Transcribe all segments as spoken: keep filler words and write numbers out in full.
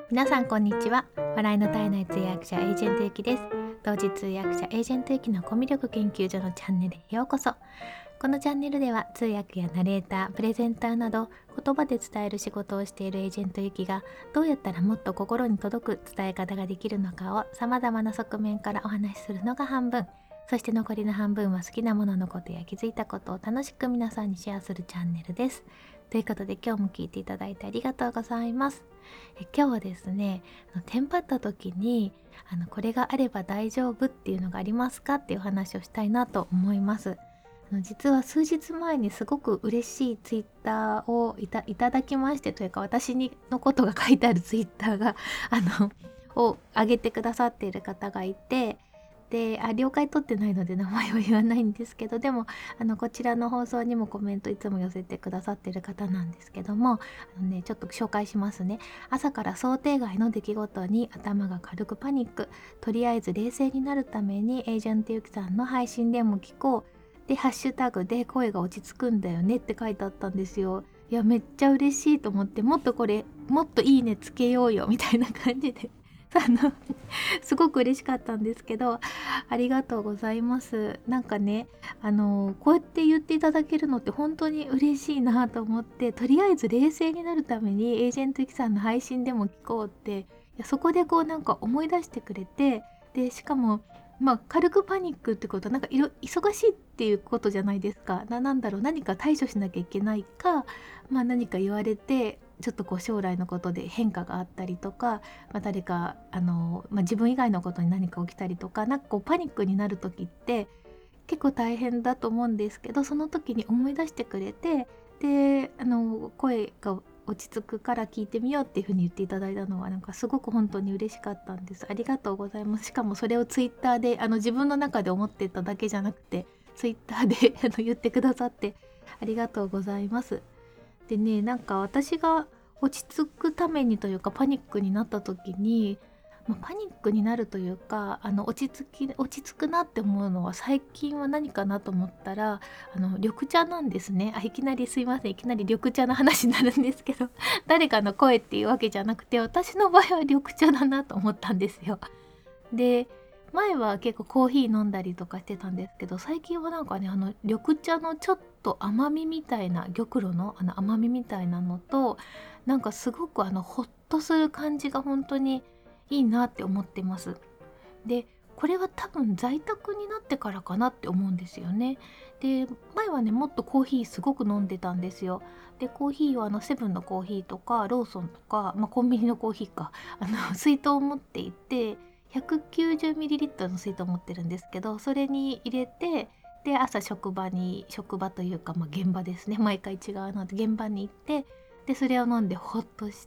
皆さんこんにちは。笑いの絶えない通訳者エージェントゆきです。同時通訳者エージェントゆきのコミュ力研究所のチャンネルへようこそ。このチャンネルでは通訳やナレーター、プレゼンターなど言葉で伝える仕事をしているエージェントゆきがどうやったらもっと心に届く伝え方ができるのかを様々な側面からお話しするのが半分、そして残りの半分は好きなもののことや気づいたことを楽しく皆さんにシェアするチャンネルです。ということで今日も聞いていただいてありがとうございます。え今日はですね、あのテンパった時にあのこれがあれば大丈夫っていうのがありますかっていう話をしたいなと思います。あの実は数日前にすごく嬉しいツイッターをいた、いただきまして、というか私にのことが書いてあるツイッターがあのを上げてくださっている方がいて、であ了解取ってないので名前は言わないんですけど、でもあのこちらの放送にもコメントいつも寄せてくださってる方なんですけども、あの、ね、ちょっと紹介しますね。朝から想定外の出来事に頭が軽くパニック、とりあえず冷静になるためにエージェントゆきさんの配信でも聞こうでハッシュタグで声が落ち着くんだよねって書いてあったんですよ。いやめっちゃ嬉しいと思って、もっとこれもっといいねつけようよみたいな感じであのすごく嬉しかったんですけど、ありがとうございます。なんかね、あのこうやって言っていただけるのって本当に嬉しいなと思って、とりあえず冷静になるためにエージェントゆきさんの配信でも聞こうって、いやそこでこうなんか思い出してくれて、でしかもまあ軽くパニックってことはなんかいろ忙しいっていうことじゃないですか。な、なんだろう、何か対処しなきゃいけないか、まあ何か言われてちょっとこう将来のことで変化があったりとか、まあ、誰かあの、まあ、自分以外のことに何か起きたりとか、なんかこうパニックになる時って結構大変だと思うんですけど、その時に思い出してくれて、であの声が落ち着くから聞いてみようっていうふうに言っていただいたのはなんかすごく本当に嬉しかったんです。ありがとうございます。しかもそれをツイッターであの自分の中で思ってただけじゃなくてツイッターであの言ってくださってありがとうございます。でね、なんか私が落ち着くためにというかパニックになった時に、まあ、パニックになるというか、あの落ち着き落ち着くなって思うのは最近は何かなと思ったら、あの緑茶なんですね。あ、いきなりすいません、いきなり緑茶の話になるんですけど誰かの声っていうわけじゃなくて、私の場合は緑茶だなと思ったんですよ。で前は結構コーヒー飲んだりとかしてたんですけど、最近はなんかね、あの緑茶のちょっと甘みみたいな、玉露のあの甘みみたいなのと、なんかすごくあのホッとする感じが本当にいいなって思ってます。でこれは多分在宅になってからかなって思うんですよね。で前はねもっとコーヒーすごく飲んでたんですよ。でコーヒーはあのセブンのコーヒーとかローソンとか、まあ、コンビニのコーヒーか、あの水筒を持っていて ひゃくきゅうじゅうミリリットル の水筒を持ってるんですけど、それに入れて、で朝職場に職場というか、まあ、現場ですね、毎回違うので現場に行って、でそれを飲んでホッとして、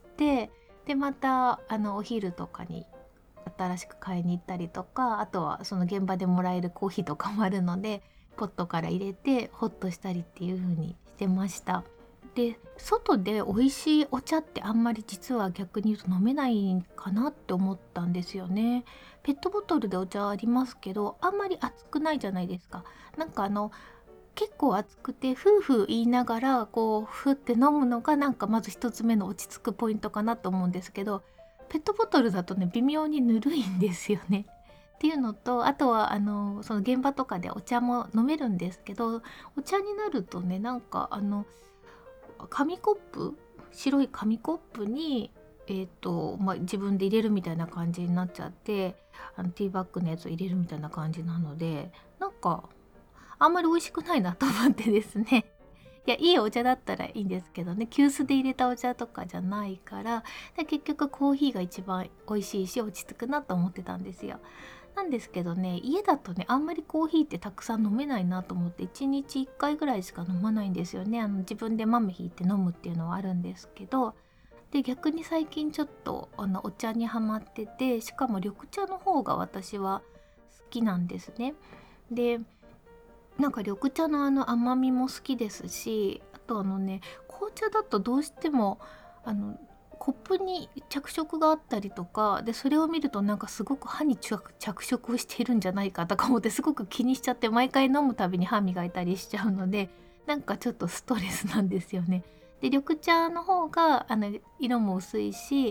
でまたあのお昼とかに新しく買いに行ったりとか、あとはその現場でもらえるコーヒーとかもあるのでポットから入れてホッとしたりっていう風にしてました。で外で美味しいお茶ってあんまり実は逆に言うと飲めないかなって思ったんですよね。ペットボトルでお茶ありますけど、あんまり熱くないじゃないですか。なんかあの結構熱くて夫婦言いながらこうふって飲むのがなんかまず一つ目の落ち着くポイントかなと思うんですけど、ペットボトルだとね微妙にぬるいんですよね。っていうのと、あとはあのその現場とかでお茶も飲めるんですけど、お茶になるとね、なんかあの紙コップ、白い紙コップにえーとまあ、自分で入れるみたいな感じになっちゃって、あのティーバッグのやつを入れるみたいな感じなので、なんかあんまり美味しくないなと思ってですねいやいいお茶だったらいいんですけどね、急須で入れたお茶とかじゃないから、で結局コーヒーが一番美味しいし落ち着くなと思ってたんですよ。なんですけどね、家だとねあんまりコーヒーってたくさん飲めないなと思って、いちにちいっかいぐらいしか飲まないんですよね。あの自分で豆ひいて飲むっていうのはあるんですけど、で逆に最近ちょっとあのお茶にハマってて、しかも緑茶の方が私は好きなんですね。でなんか緑茶のあの甘みも好きですし、あとあのね紅茶だとどうしてもあのコップに着色があったりとかで、それを見るとなんかすごく歯に着着色をしているんじゃないかとか思ってすごく気にしちゃって、毎回飲むたびに歯磨いたりしちゃうので、なんかちょっとストレスなんですよね。で緑茶の方があの色も薄いし、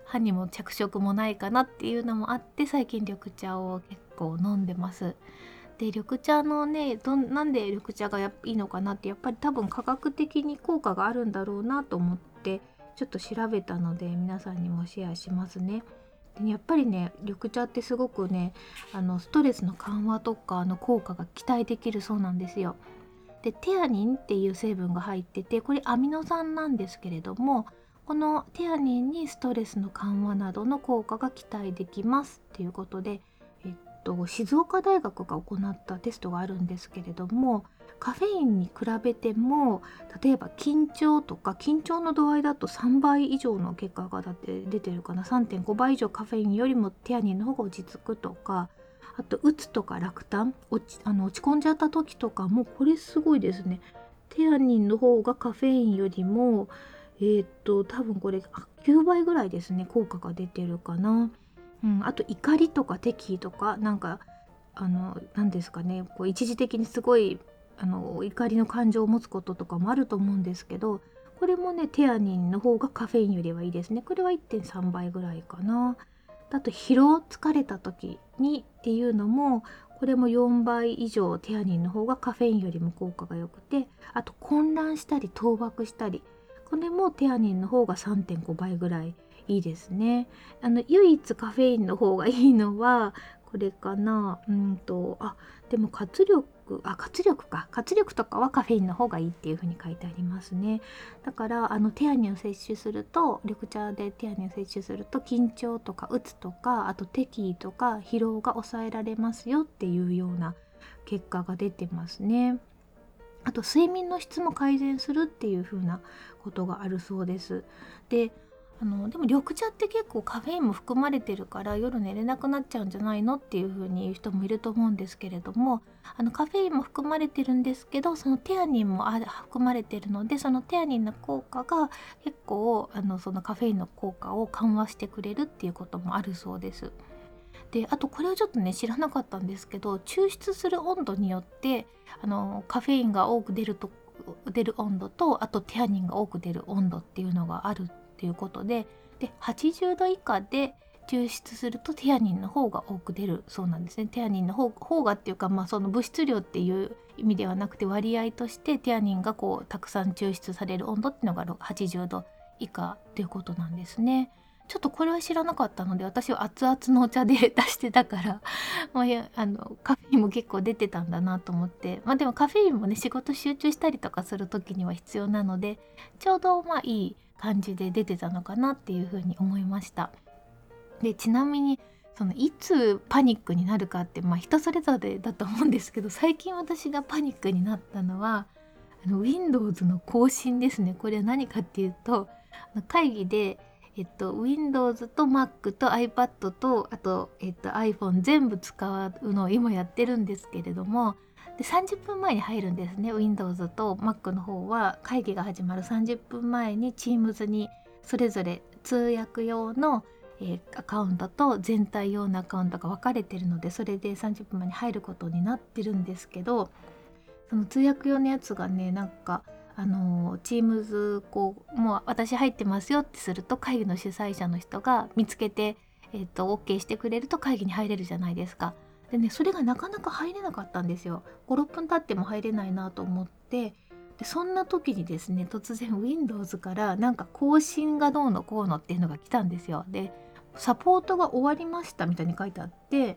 歯にも着色もないかなっていうのもあって、最近緑茶を結構飲んでます。で緑茶のねどんなんで緑茶がやっいいのかなって、やっぱり多分科学的に効果があるんだろうなと思ってちょっと調べたので皆さんにもシェアしますね。でやっぱりね緑茶ってすごくねあのストレスの緩和とかの効果が期待できるそうなんですよ。でテアニンっていう成分が入ってて、これアミノ酸なんですけれども、このテアニンにストレスの緩和などの効果が期待できますっていうことで、えっと、静岡大学が行ったテストがあるんですけれども、カフェインに比べても例えば緊張とか緊張の度合いだとさんばい以上の結果がだって出てるかな。 さんてんご 倍以上カフェインよりもテアニンの方が落ち着くとか、あとうつとか落胆落ちあの落ち込んじゃった時とかも、これすごいですね。テアニンの方がカフェインよりもえー、っと多分これきゅうばいぐらいですね効果が出てるかな。うん、あと怒りとか敵意とかなんかあの何ですかね、こう一時的にすごいあの怒りの感情を持つこととかもあると思うんですけど、これもねテアニンの方がカフェインよりはいいですね。これは いってんさん 倍ぐらいかな。あと疲労疲れた時にっていうのも、これもよんばい以上テアニンの方がカフェインよりも効果が良くて、あと混乱したり倒漠したり、これもテアニンの方が さんてんご 倍ぐらいいいですね。あの唯一カフェインの方がいいのはこれかな。うんとあでも活力あ活力か活力とかはカフェインの方がいいっていう風に書いてありますね。だからあのテアニンを摂取すると、緑茶でテアニンを摂取すると緊張とかうつとか、あと敵意とか疲労が抑えられますよっていうような結果が出てますね。あと睡眠の質も改善するっていう風なことがあるそうです。であのでも緑茶って結構カフェインも含まれてるから夜寝れなくなっちゃうんじゃないのっていう風に言う人もいると思うんですけれども、あのカフェインも含まれてるんですけど、そのテアニンもあ含まれてるので、そのテアニンの効果が結構あのそのカフェインの効果を緩和してくれるっていうこともあるそうです。であとこれはちょっとね知らなかったんですけど、抽出する温度によってあのカフェインが多く出ると出る温度と、あとテアニンが多く出る温度っていうのがあるっていうことで、ではちじゅうど以下で抽出するとテアニンの方が多く出るそうなんですね。テアニンの方方がっていうか、まあ、その物質量っていう意味ではなくて、割合としてテアニンがこうたくさん抽出される温度っていうのがはちじゅうど以下っていうことなんですね。ちょっとこれは知らなかったので、私は熱々のお茶で出してたからもうあのカフェインも結構出てたんだなと思って、まあでもカフェインもね仕事集中したりとかする時には必要なので、ちょうどまあいい感じで出てたのかなっていうふうに思いました。でちなみにそのいつパニックになるかって、まあ、人それぞれだと思うんですけど、最近私がパニックになったのはあの Windows の更新ですね。これは何かっていうと、会議でえっと、Windows と Mac と iPad とあと、えっと、iPhone 全部使うのを今やってるんですけれども、でさんじゅっぷんまえに入るんですね。 Windows と Mac の方は会議が始まるさんじゅっぷんまえに Teams にそれぞれ通訳用の、えー、アカウントと全体用のアカウントが分かれてるので、それでさんじゅっぷんまえに入ることになってるんですけど、その通訳用のやつがねなんかあの Teams こうもう私入ってますよってすると、会議の主催者の人が見つけて、えー、と OK してくれると会議に入れるじゃないですか。でねそれがなかなか入れなかったんですよ。ごろっぷん経っても入れないなと思って、でそんな時にですね突然 Windows からなんか更新がどうのこうのっていうのが来たんですよ。でサポートが終わりましたみたいに書いてあって、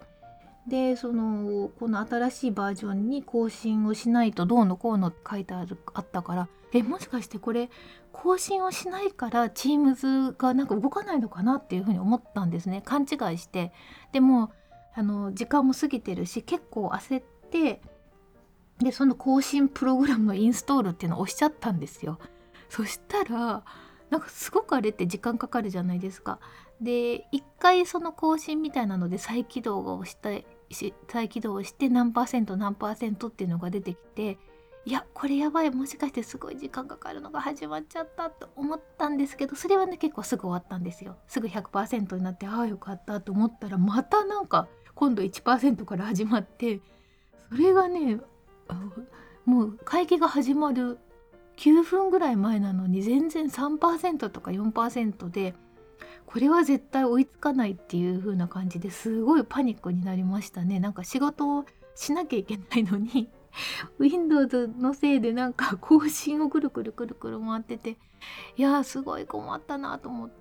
でそのこの新しいバージョンに更新をしないとどうのこうのって書いてあるあったから、えもしかしてこれ更新をしないから Teams がなんか動かないのかなっていうふうに思ったんですね。勘違いして。でもあの時間も過ぎてるし結構焦って、でその更新プログラムのインストールっていうのを押しちゃったんですよ。そしたらなんかすごくあれって時間かかるじゃないですか。で一回その更新みたいなので再起動をして再起動をして何パーセント何パーセントっていうのが出てきて、いやこれやばい、もしかしてすごい時間かかるのが始まっちゃったと思ったんですけど、それはね結構すぐ終わったんですよ。すぐ ひゃくパーセント になって、ああよかったと思ったら、またなんか今度 いちパーセント から始まって、それがねもう会議が始まるきゅうふんぐらい前なのに全然 さんパーセント とか よんパーセント で、 これは絶対追いつかないっていう風な感じですごいパニックになりましたね。なんか仕事をしなきゃいけないのにWindows のせいでなんか更新をくるくるくるくる回ってて、いやーすごい困ったなと思って、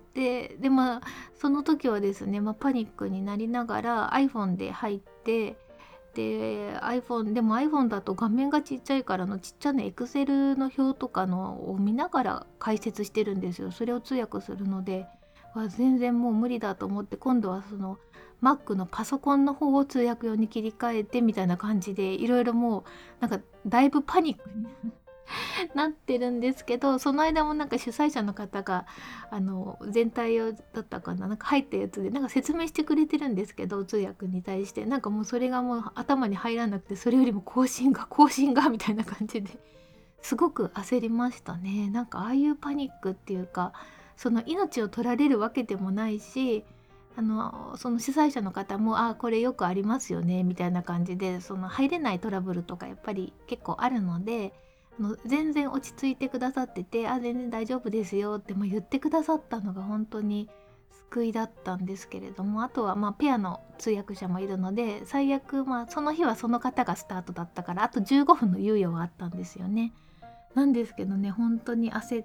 でまあその時はですね、まあ、パニックになりながら iPhone で入って、で iPhone でも iPhone だと画面がちっちゃいからのちっちゃな Excel の表とかのを見ながら解説してるんですよ。それを通訳するので、わ全然もう無理だと思って、今度はその Mac のパソコンの方を通訳用に切り替えてみたいな感じで、いろいろもうなんかだいぶパニックになってるんですけど、その間もなんか主催者の方があの全体用だったかな、なんか入ったやつでなんか説明してくれてるんですけど、通訳に対してなんかもうそれがもう頭に入らなくて、それよりも更新が更新がみたいな感じですごく焦りましたね。なんかああいうパニックっていうか、その命を取られるわけでもないし、あのその主催者の方もあこれよくありますよねみたいな感じで、その入れないトラブルとかやっぱり結構あるので、あの全然落ち着いてくださってて、あ全然大丈夫ですよっても言ってくださったのが本当に救いだったんですけれども、あとはまあペアの通訳者もいるので、最悪まあその日はその方がスタートだったからあとじゅうごふんの猶予はあったんですよね。なんですけどね、本当に焦って、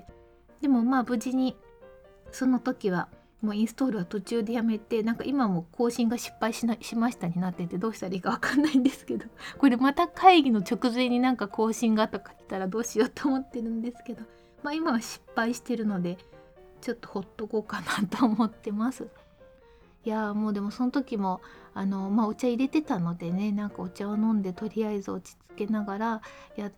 でもまあ無事にその時はもうインストールは途中でやめて、なんか今も更新が失敗しなしましたになってて、どうしたらいいか分かんないんですけど、これまた会議の直前になんか更新がとか来たらどうしようと思ってるんですけど、まあ今は失敗してるのでちょっとほっとこうかなと思ってます。いやーもうでもその時もあの、まあ、お茶入れてたのでね、なんかお茶を飲んでとりあえず落ち着けながらやって、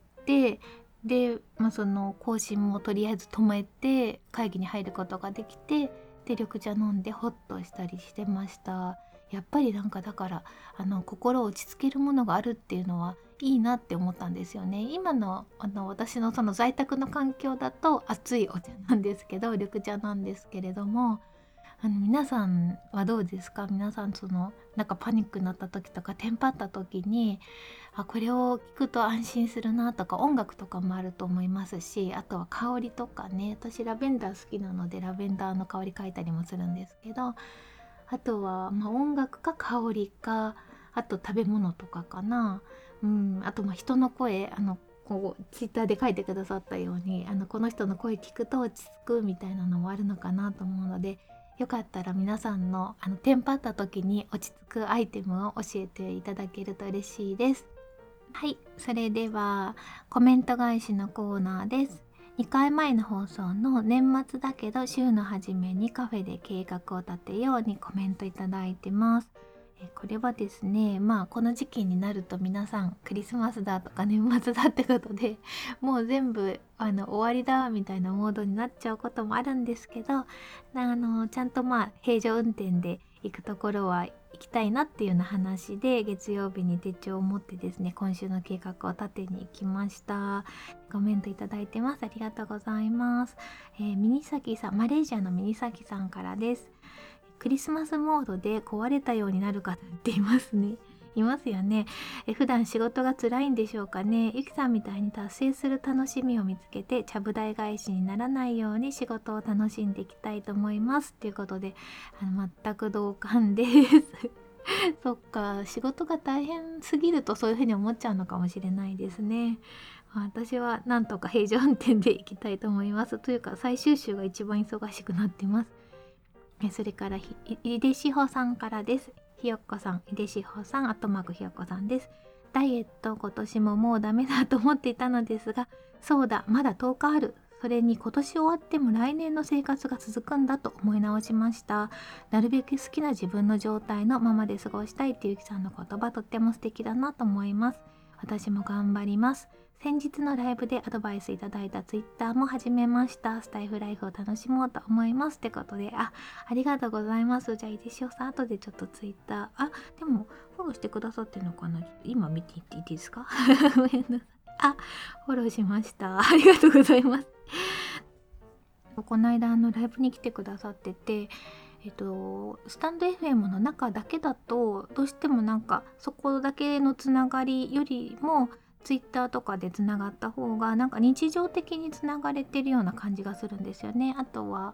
で、まあ、その更新もとりあえず止めて会議に入ることができて、で緑茶飲んでホッとしたりしてました。やっぱりなんかだからあの心を落ち着けるものがあるっていうのはいいなって思ったんですよね。今のあの私のその在宅の環境だと熱いお茶なんですけど、緑茶なんですけれども、あの皆さんはどうですか？皆さんそのなんかパニックになった時とかテンパった時に、あこれを聞くと安心するなとか、音楽とかもあると思いますし、あとは香りとかね、私ラベンダー好きなのでラベンダーの香り嗅いだりもするんですけど、あとはまあ音楽か香りか、あと食べ物とかかな、うん、あとまあ人の声、あのこうツイッターで書いてくださったように、あのこの人の声聞くと落ち着くみたいなのもあるのかなと思うので、よかったら皆さんのあのテンパった時に落ち着くアイテムを教えていただけると嬉しいです。はい、それではコメント返しのコーナーです。にかいまえの放送の年末だけど週の初めにカフェで計画を立てようにコメントいただいてます。これはですね、まあこの時期になると皆さんクリスマスだとか年末だってことでもう全部あの終わりだみたいなモードになっちゃうこともあるんですけど、あのちゃんとまあ平常運転で行くところは行きたいなっていうような話で、月曜日に手帳を持ってですね、今週の計画を立てに行きました。コメントいただいてます。ありがとうございます。えー、ミニサキさん、マレーシアのミニサキさんからです。クリスマスモードで壊れたようになる方っていますね。いますよね。え普段仕事が辛いんでしょうかね。ゆきさんみたいに達成する楽しみを見つけて、ちゃぶ台返しにならないように仕事を楽しんでいきたいと思います。ということで、あの全く同感です。そっか、仕事が大変すぎるとそういうふうに思っちゃうのかもしれないですね。私はなんとか平常運転で行きたいと思います。というか最終週が一番忙しくなってます。それからひいでしほさんからです。ひよっこさん、いでしほさん、あとマークひよっこさんです。ダイエット今年ももうダメだと思っていたのですが、そうだまだとおかある。それに今年終わっても来年の生活が続くんだと思い直しました。なるべく好きな自分の状態のままで過ごしたいっていうゆきさんの言葉、とっても素敵だなと思います。私も頑張ります。先日のライブでアドバイスいただいたツイッターも始めました。スタイフライフを楽しもうと思いますってことで、あ、ありがとうございます。じゃあいでしおさん、後でちょっとツイッター、あ、でもフォローしてくださってるのかな、今見ていっていいですか？ごめんなさい。あ、フォローしました。ありがとうございます。この間あのライブに来てくださってて、えっと、スタンド エフエム の中だけだとどうしてもなんかそこだけのつながりよりもツイッターとかでつながった方がなんか日常的につながれてるような感じがするんですよね。あとは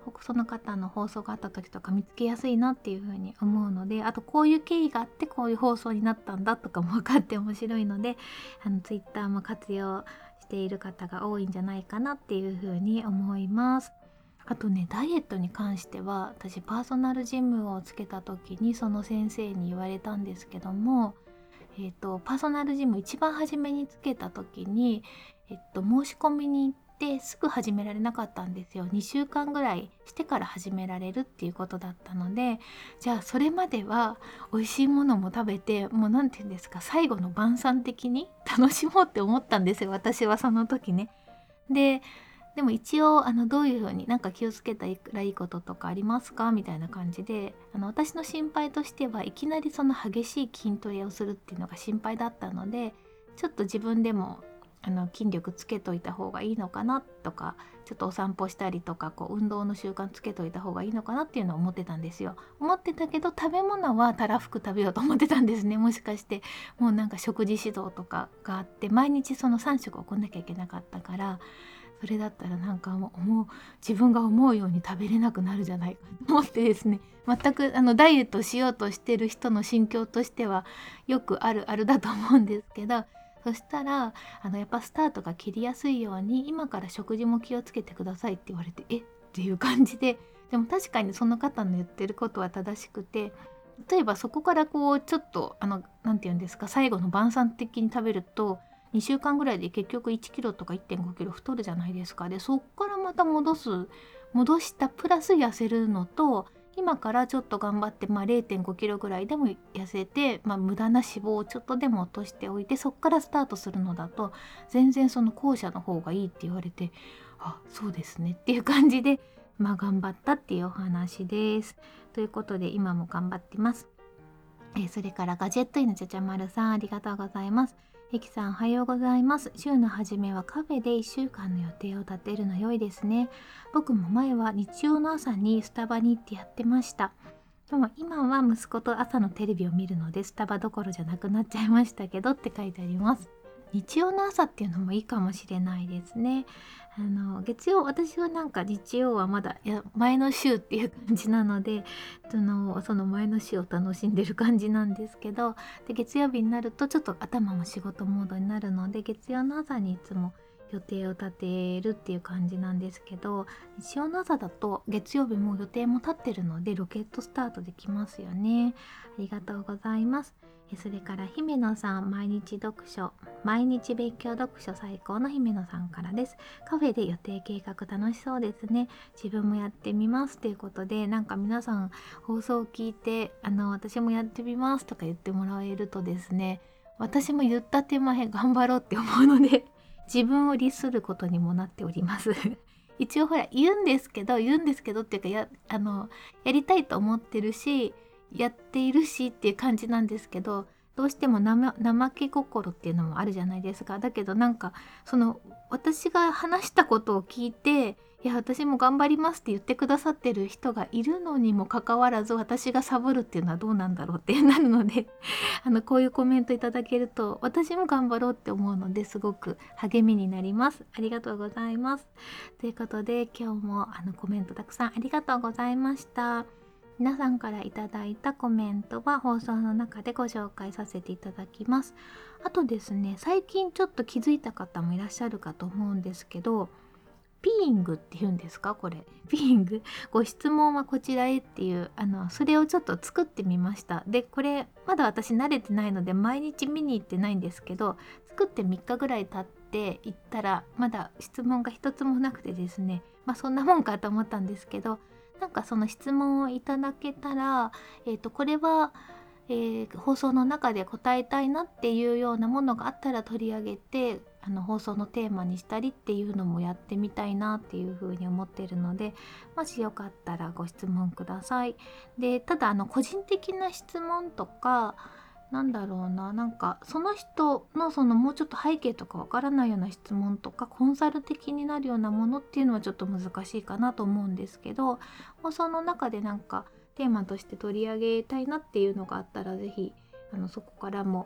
その方の放送があった時とか見つけやすいなっていうふうに思うので、あとこういう経緯があってこういう放送になったんだとかも分かって面白いので、あのツイッターも活用している方が多いんじゃないかなっていうふうに思います。あとね、ダイエットに関しては私パーソナルジムをつけた時にその先生に言われたんですけども、えーと、パーソナルジム一番初めにつけた時に、えっと、申し込みに行ってすぐ始められなかったんですよ。にしゅうかんぐらいしてから始められるっていうことだったので、じゃあそれまでは美味しいものも食べて、もうなんていうんですか、最後の晩餐的に楽しもうって思ったんですよ、私はその時ね。ででも一応あのどういうふうになんか気をつけたらいいこととかありますかみたいな感じで、あの私の心配としてはいきなりその激しい筋トレをするっていうのが心配だったので、ちょっと自分でもあの筋力つけといた方がいいのかなとか、ちょっとお散歩したりとかこう運動の習慣つけといた方がいいのかなっていうのを思ってたんですよ。思ってたけど食べ物はたらふく食べようと思ってたんですね。もしかしてもうなんか食事指導とかがあって毎日そのさん食送んなきゃいけなかったから、それだったらなんかもうもう自分が思うように食べれなくなるじゃないかと思ってですね、全くあのダイエットしようとしてる人の心境としてはよくあるあるだと思うんですけど、そしたらあのやっぱスタートが切りやすいように今から食事も気をつけてくださいって言われて、えっていう感じで、でも確かにその方の言ってることは正しくて、例えばそこからこうちょっとあのなんて言うんですか、最後の晩餐的に食べるとにしゅうかんぐらいで結局いちキロとか いってんごキロ太るじゃないですか。でそっからまた戻す戻したプラス痩せるのと、今からちょっと頑張って、まあ、れいてんごキロぐらいでも痩せて、まあ、無駄な脂肪をちょっとでも落としておいてそっからスタートするのだと全然その後者の方がいいって言われて、あ、そうですねっていう感じで、まあ頑張ったっていうお話です。ということで今も頑張ってます。えー、それからガジェットイのちゃちゃまるさん、ありがとうございます。えきさん、おはようございます。週の初めはカフェでいっしゅうかんの予定を立てるの良いですね。僕も前は日曜の朝にスタバに行ってやってました。でも今は息子と朝のテレビを見るのでスタバどころじゃなくなっちゃいましたけどって書いてあります。日曜の朝っていうのもいいかもしれないですね。あの月曜、私はなんか日曜はまだいや前の週っていう感じなので、そのその前の週を楽しんでる感じなんですけど、で月曜日になるとちょっと頭も仕事モードになるので月曜の朝にいつも予定を立てるっていう感じなんですけど、日曜の朝だと月曜日も予定も立ってるのでロケットスタートできますよね。ありがとうございます。それから姫野さん、毎日読書毎日勉強読書最高の姫野さんからです。カフェで予定計画楽しそうですね。自分もやってみますということで、なんか皆さん放送を聞いてあの私もやってみますとか言ってもらえるとですね、私も言った手前頑張ろうって思うので自分を利することにもなっております一応ほら言うんですけど言うんですけどっていうかやあのやりたいと思ってるしやっているしっていう感じなんですけど、どうしても怠け心っていうのもあるじゃないですか。だけどなんかその私が話したことを聞いて、いや私も頑張りますって言ってくださってる人がいるのにもかかわらず私がサボるっていうのはどうなんだろうってなるのであのこういうコメントいただけると私も頑張ろうって思うのですごく励みになります。ありがとうございます。ということで今日もあのコメントたくさんありがとうございました。皆さんからいただいたコメントは放送の中でご紹介させていただきます。あとですね、最近ちょっと気づいた方もいらっしゃるかと思うんですけど、ピーイングって言うんですか、これピーイング、ご質問はこちらへっていうあのそれをちょっと作ってみました。でこれまだ私慣れてないので毎日見に行ってないんですけど、作ってみっかぐらい経って行ったらまだ質問が一つもなくてですね、まあそんなもんかと思ったんですけど、なんかその質問をいただけたら、えーと、これは、えー、放送の中で答えたいなっていうようなものがあったら取り上げてあの放送のテーマにしたりっていうのもやってみたいなっていうふうに思っているので、もしよかったらご質問ください。でただあの個人的な質問とかなんだろうな、なんかその人のそのもうちょっと背景とかわからないような質問とかコンサル的になるようなものっていうのはちょっと難しいかなと思うんですけど、放送の中でなんかテーマとして取り上げたいなっていうのがあったらぜひあのそこからも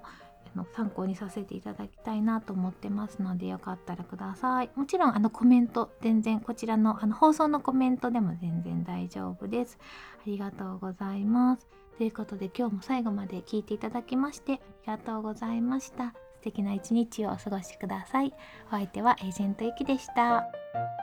あの参考にさせていただきたいなと思ってますので、よかったらください。もちろんあのコメント全然こちらのあの放送のコメントでも全然大丈夫です。ありがとうございます。ということで今日も最後まで聞いていただきましてありがとうございました。素敵な一日をお過ごしください。お相手はエージェントゆきでした。